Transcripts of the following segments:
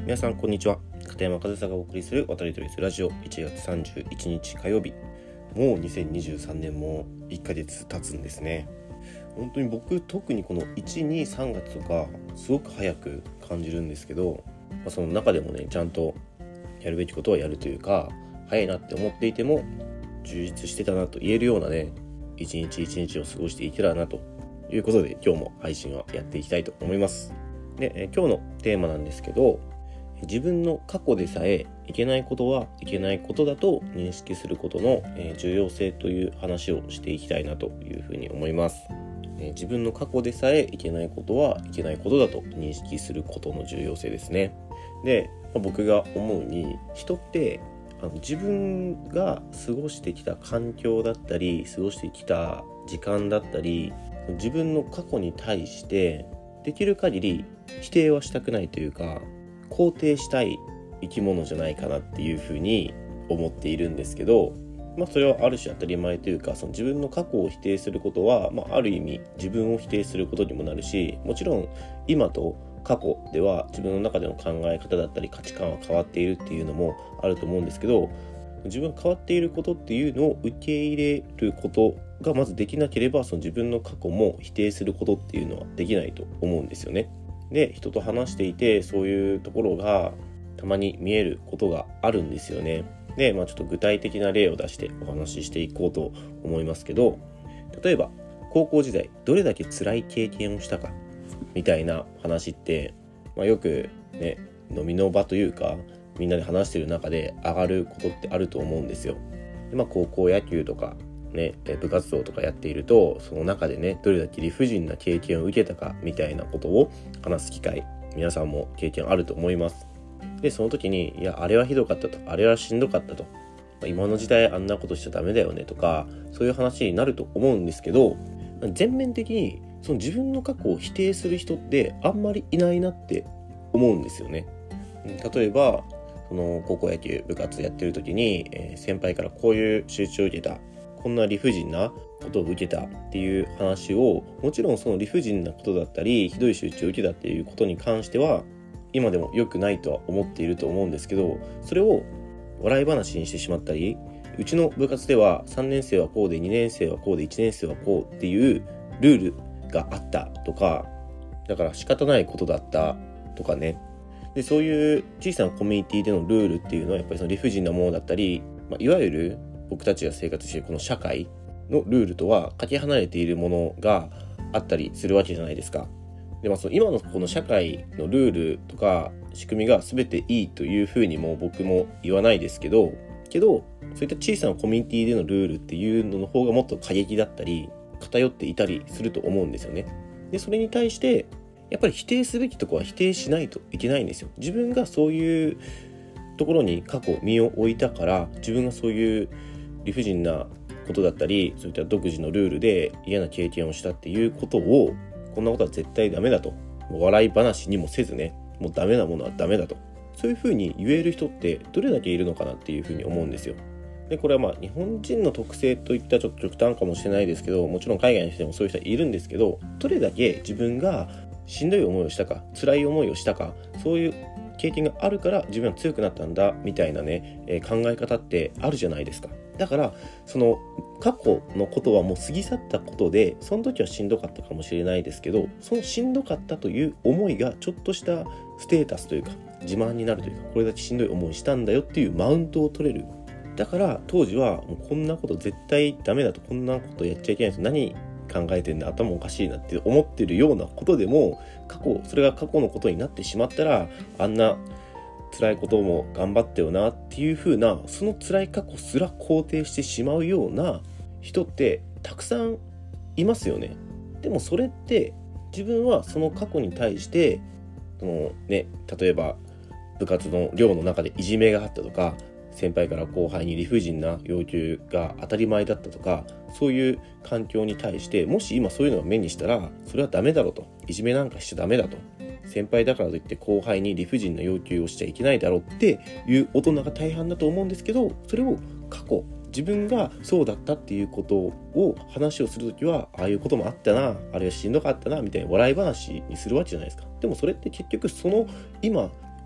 皆さんこんにちは。片山和沙がお送りする渡り鳥ラジオ、1月31日火曜日。もう2023年も1ヶ月経つんですね。本当に僕特にこの1、2、3月とかすごく早く感じるんですけど、その中でもねちゃんとやるべきことはやるというか、早いなって思っていても充実してたなと言えるようなね一日一日を過ごしていけたらなということで、今日も配信はやっていきたいと思います。で、今日のテーマなんですけど、自分の過去でさえいけないことはいけないことだと認識することの重要性という話をしていきたいなというふうに思います。自分の過去でさえいけないことはいけないことだと認識することの重要性ですね。で、僕が思うに、人って自分が過ごしてきた環境だったり過ごしてきた時間だったり、自分の過去に対してできる限り否定はしたくないというか、肯定したい生き物じゃないかなっていうふうに思っているんですけど、それはある種当たり前というか、その自分の過去を否定することは、ある意味自分を否定することにもなるし、もちろん今と過去では自分の中での考え方だったり価値観は変わっているっていうのもあると思うんですけど、自分が変わっていることっていうのを受け入れることがまずできなければ、その自分の過去も否定することっていうのはできないと思うんですよね。で、人と話していてそういうところがたまに見えることがあるんですよね。で、ちょっと具体的な例を出してお話ししていこうと思いますけど、例えば高校時代どれだけ辛い経験をしたかみたいな話って、よくね飲みの場というかみんなで話している中で上がることってあると思うんですよ。で、高校野球とかね、部活動とかやっていると、その中でねどれだけ理不尽な経験を受けたかみたいなことを話す機会、皆さんも経験あると思います。で、その時にあれはひどかったと、あれはしんどかったと、今の時代あんなことしちゃダメだよねとか、そういう話になると思うんですけど、全面的にその自分の過去を否定する人ってあんまりいないなって思うんですよね。例えばその高校野球部活やってる時に、先輩からこういう仕打ちを受けた、こんな理不尽なことを受けたっていう話を、もちろんその理不尽なことだったりひどい仕打ちを受けたっていうことに関しては今でも良くないとは思っていると思うんですけど、それを笑い話にしてしまったり、うちの部活では3年生はこうで2年生はこうで1年生はこうっていうルールがあったとか、だから仕方ないことだったとかね。で、そういう小さなコミュニティでのルールっていうのはやっぱりその理不尽なものだったり、いわゆる僕たちが生活しているこの社会のルールとはかけ離れているものがあったりするわけじゃないですか。で、その今のこの社会のルールとか仕組みが全ていいというふうにも僕も言わないですけど、そういった小さなコミュニティでのルールっていうのの方がもっと過激だったり偏っていたりすると思うんですよね。で、それに対してやっぱり否定すべきところは否定しないといけないんですよ。自分がそういうところに過去身を置いたから、自分がそういう理不尽なことだったり、そういった独自のルールで嫌な経験をしたっていうことを、こんなことは絶対ダメだと、笑い話にもせずね、もうダメなものはダメだと、そういうふうに言える人ってどれだけいるのかなっていうふうに思うんですよ。で、これは日本人の特性といったちょっと極端かもしれないですけど、もちろん海外の人でもそういう人はいるんですけど、どれだけ自分がしんどい思いをしたか、辛い思いをしたか、そういう経験があるから自分は強くなったんだみたいなね、考え方ってあるじゃないですか。だからその過去のことはもう過ぎ去ったことで、その時はしんどかったかもしれないですけど、そのしんどかったという思いがちょっとしたステータスというか自慢になるというか、これだけしんどい思いしたんだよっていうマウントを取れる。だから当時はもうこんなこと絶対ダメだと、こんなことやっちゃいけないです、何考えてんだ、頭おかしいなって思ってるようなことでも、それが過去のことになってしまったら、あんな辛いことも頑張ったよなっていう風な、その辛い過去すら肯定してしまうような人ってたくさんいますよね。でもそれって自分はその過去に対して例えば部活の寮の中でいじめがあったとか、先輩から後輩に理不尽な要求が当たり前だったとか、そういう環境に対してもし今そういうのを目にしたら、それはダメだろうと、いじめなんかしちゃダメだと、先輩だからといって後輩に理不尽な要求をしちゃいけないだろうっていう大人が大半だと思うんですけど、それを過去自分がそうだったっていうことを話をするときは、ああいうこともあったな、あれはしんどかったなみたいな笑い話にするわけじゃないですか。でもそれって結局その今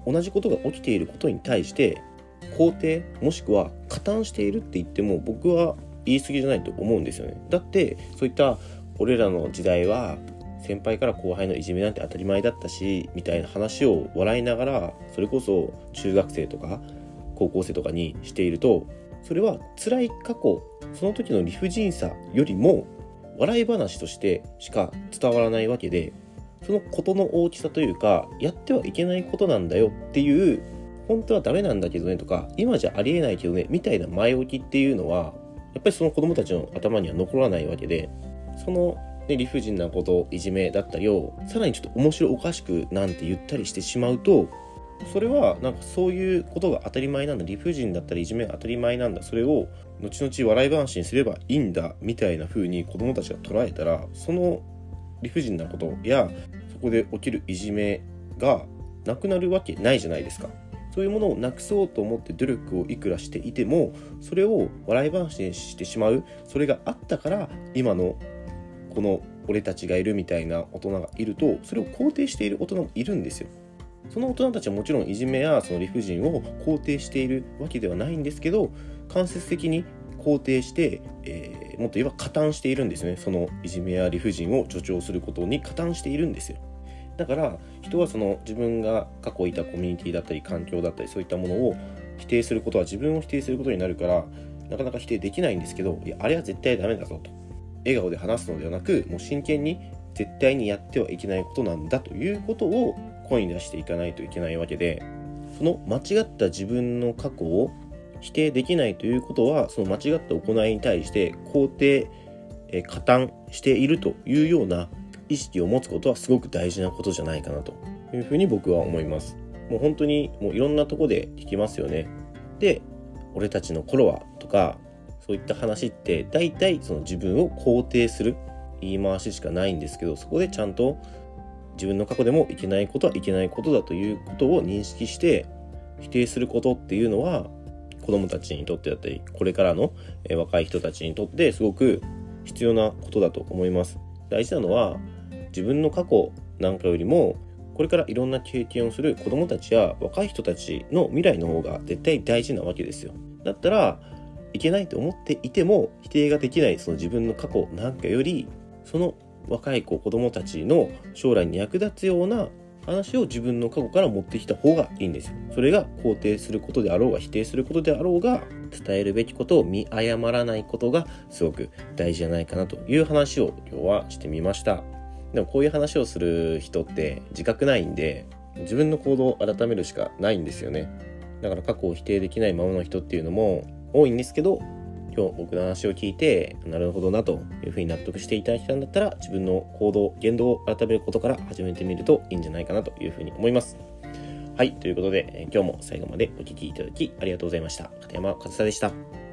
同じことが起きていることに対して肯定もしくは加担しているって言っても僕は言い過ぎじゃないと思うんですよね。だってそういった俺らの時代は先輩から後輩のいじめなんて当たり前だったしみたいな話を笑いながら、それこそ中学生とか高校生とかにしていると、それは辛い過去、その時の理不尽さよりも笑い話としてしか伝わらないわけで、そのことの大きさというか、やってはいけないことなんだよっていう、本当はダメなんだけどねとか、今じゃありえないけどねみたいな前置きっていうのはやっぱりその子供たちの頭には残らないわけで、その、理不尽なこと、いじめだったりをさらにちょっと面白おかしくなんて言ったりしてしまうと、それはなんかそういうことが当たり前なんだ、理不尽だったりいじめが当たり前なんだ、それを後々笑い話にすればいいんだみたいな風に子供たちが捉えたら、その理不尽なことやそこで起きるいじめがなくなるわけないじゃないですか。そういうものをなくそうと思って努力をいくらしていても、それを笑い話にしてしまう、それがあったから今のこの俺たちがいるみたいな大人がいると、それを肯定している大人もいるんですよ。その大人たちはもちろんいじめやその理不尽を肯定しているわけではないんですけど、間接的に肯定して、もっと言えば加担しているんですね。そのいじめや理不尽を助長することに加担しているんですよ。だから人はその自分が過去いたコミュニティだったり環境だったり、そういったものを否定することは自分を否定することになるから、なかなか否定できないんですけど、いやあれは絶対ダメだぞと笑顔で話すのではなく、もう真剣に絶対にやってはいけないことなんだということを声に出していかないといけないわけで、その間違った自分の過去を否定できないということは、その間違った行いに対して肯定、加担しているというような意識を持つことはすごく大事なことじゃないかなというふうに僕は思います。もう本当にもういろんなとこで聞きますよね。で、俺たちの頃はとか、そういった話って大体その自分を肯定する言い回ししかないんですけど、そこでちゃんと自分の過去でもいけないことはいけないことだということを認識して否定することっていうのは、子どもたちにとってだったりこれからの若い人たちにとってすごく必要なことだと思います。大事なのは自分の過去なんかよりも、これからいろんな経験をする子どもたちや若い人たちの未来の方が絶対大事なわけですよ。だったらいけないと思っていても否定ができないその自分の過去なんかより、その若い子供たちの将来に役立つような話を自分の過去から持ってきた方がいいんですよ。それが肯定することであろうが否定することであろうが、伝えるべきことを見誤らないことがすごく大事じゃないかなという話を今日はしてみました。でもこういう話をする人って自覚ないんで、自分の行動を改めるしかないんですよね。だから過去を否定できないままの人っていうのも多いんですけど、今日僕の話を聞いてなるほどなというふうに納得していただけたんだったら、自分の行動言動を改めることから始めてみるといいんじゃないかなというふうに思います。はい、ということで今日も最後までお聞きいただきありがとうございました。片山和沙でした。